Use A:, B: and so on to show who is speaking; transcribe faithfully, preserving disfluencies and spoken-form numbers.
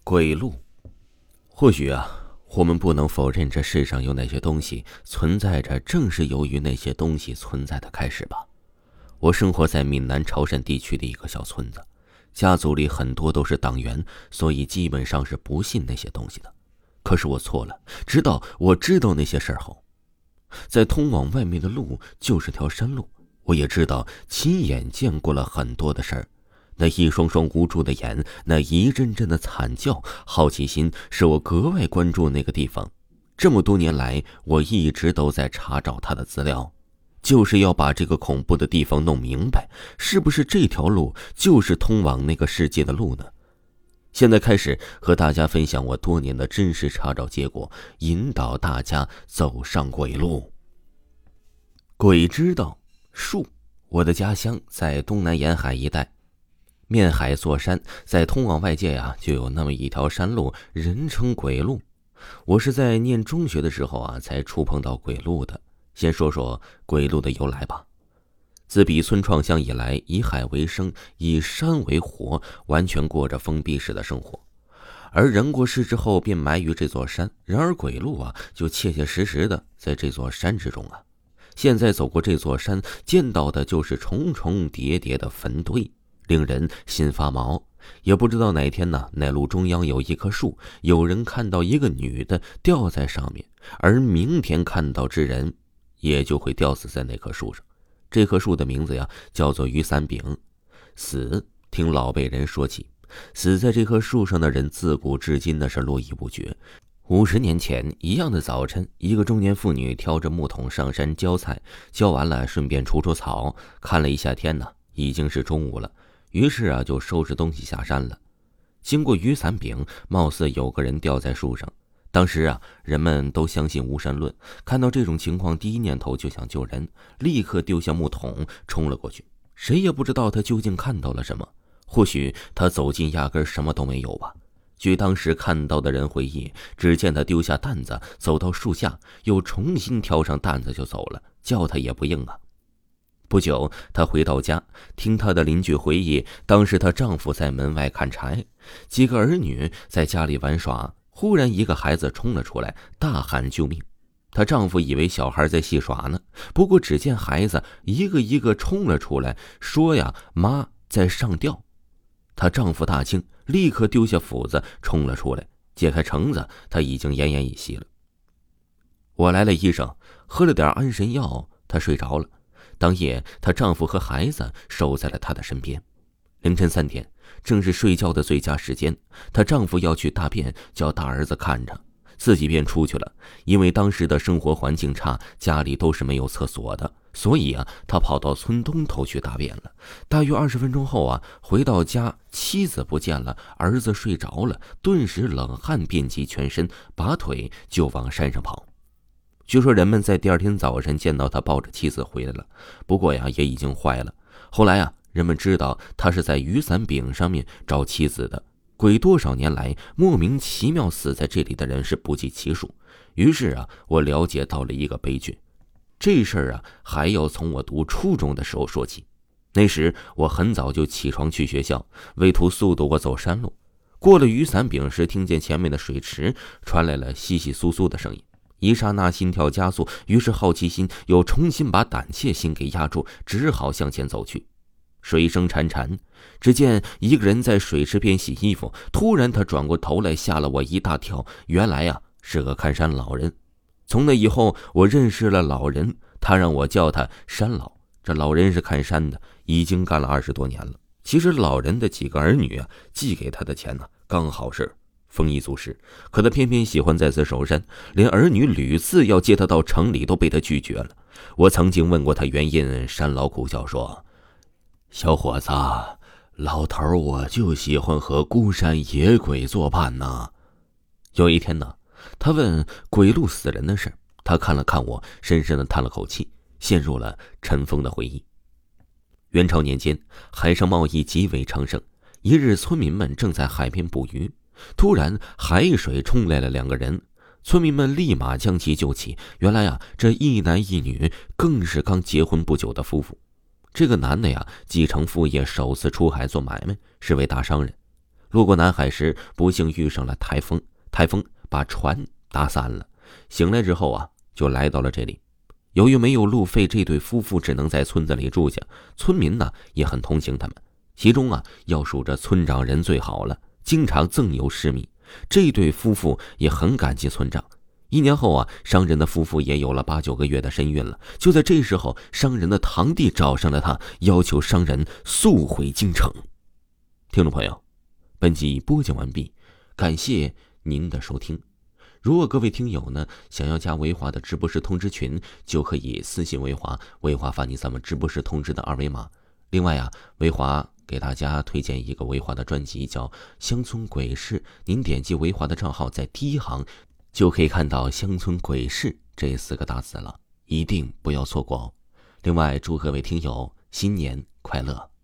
A: 鬼路。或许啊，我们不能否认这世上有哪些东西存在着，正是由于那些东西存在的开始吧。我生活在闽南潮汕地区的一个小村子，家族里很多都是党员，所以基本上是不信那些东西的。可是我错了，直到我知道那些事儿后，在通往外面的路就是条山路，我也知道亲眼见过了很多的事儿。那一双双无助的眼，那一阵阵的惨叫，好奇心使我格外关注那个地方。这么多年来，我一直都在查找他的资料，就是要把这个恐怖的地方弄明白，是不是这条路就是通往那个世界的路呢？现在开始和大家分享我多年的真实查找结果，引导大家走上鬼路。鬼知道树，我的家乡在东南沿海一带，面海座山，在通往外界呀、啊，就有那么一条山路，人称鬼路。我是在念中学的时候啊，才触碰到鬼路的。先说说鬼路的由来吧。自比村创乡以来，以海为生，以山为活，完全过着封闭式的生活。而人过世之后，便埋于这座山。然而鬼路啊，就切切实实的在这座山之中啊。现在走过这座山，见到的就是重重叠叠的坟堆，令人心发毛。也不知道哪天呢，那路中央有一棵树，有人看到一个女的吊在上面，而明天看到之人也就会吊死在那棵树上。这棵树的名字呀，叫做雨伞柄。死，听老辈人说起，死在这棵树上的人自古至今那是络绎不绝。五十年前一样的早晨，一个中年妇女挑着木桶上山浇菜，浇完了顺便除除草。看了一下天呢，已经是中午了，于是啊就收拾东西下山了。经过雨伞柄，貌似有个人吊在树上。当时啊，人们都相信无神论，看到这种情况，第一念头就想救人，立刻丢下木桶冲了过去。谁也不知道他究竟看到了什么，或许他走近压根什么都没有吧。据当时看到的人回忆，只见他丢下担子，走到树下，又重新挑上担子就走了，叫他也不应啊。不久，她回到家，听她的邻居回忆，当时她丈夫在门外砍柴，几个儿女在家里玩耍，忽然一个孩子冲了出来，大喊救命。她丈夫以为小孩在戏耍呢，不过只见孩子一个一个冲了出来，说呀妈在上吊。她丈夫大惊，立刻丢下斧子冲了出来，解开绳子，他已经奄奄一息了。我来了医生，喝了点安神药，她睡着了。当夜，她丈夫和孩子守在了她的身边。凌晨三点，正是睡觉的最佳时间。她丈夫要去大便，叫大儿子看着，自己便出去了。因为当时的生活环境差，家里都是没有厕所的，所以啊，他跑到村东头去大便了。大约二十分钟后啊，回到家，妻子不见了，儿子睡着了，顿时冷汗遍及全身，拔腿就往山上跑。据说人们在第二天早晨见到他抱着妻子回来了，不过呀也已经坏了。后来啊，人们知道他是在雨伞柄上面找妻子的。鬼多少年来莫名其妙死在这里的人是不计其数。于是啊，我了解到了一个悲剧。这事儿啊，还要从我读初中的时候说起。那时我很早就起床去学校，为图速度我走山路。过了雨伞柄时，听见前面的水池传来了窸窸窣窣的声音，一刹那心跳加速，于是好奇心又重新把胆怯心给压住，只好向前走去。水声潺潺，只见一个人在水池边洗衣服，突然他转过头来，吓了我一大跳。原来啊，是个看山老人。从那以后，我认识了老人，他让我叫他山老。这老人是看山的，已经干了二十多年了。其实老人的几个儿女啊，寄给他的钱呢、啊，刚好是丰衣足食，可他偏偏喜欢在此守山，连儿女屡次要接他到城里都被他拒绝了。我曾经问过他原因，山老苦笑说：“小伙子，老头我就喜欢和孤山野鬼作伴呢。”有一天呢，他问鬼路死人的事，他看了看我，深深的叹了口气，陷入了尘封的回忆。元朝年间，海上贸易极为昌盛。一日，村民们正在海边捕鱼，突然海水冲来了两个人，村民们立马将其救起。原来啊，这一男一女更是刚结婚不久的夫妇。这个男的呀，继承父业，首次出海做买卖，是位大商人。 路过南海时，不幸遇上了台风，台风把船打散了。醒来之后啊，就来到了这里。由于没有路费，这对夫妇只能在村子里住下。村民呢也很同情他们，其中啊要数着村长人最好了，经常赠油施米。这对夫妇也很感激村长。一年后啊，商人的夫妇也有了八九个月的身孕了。就在这时候，商人的堂弟找上了他，要求商人速回京城。听众朋友，本集播讲完毕，感谢您的收听。如果各位听友呢想要加维华的直播室通知群，就可以私信维华，维华发你咱们直播室通知的二维码。另外啊，维华给大家推荐一个维华的专辑，叫《乡村鬼事》，您点击维华的账号，在第一行就可以看到乡村鬼事这四个大字了，一定不要错过哦。另外祝各位听友新年快乐。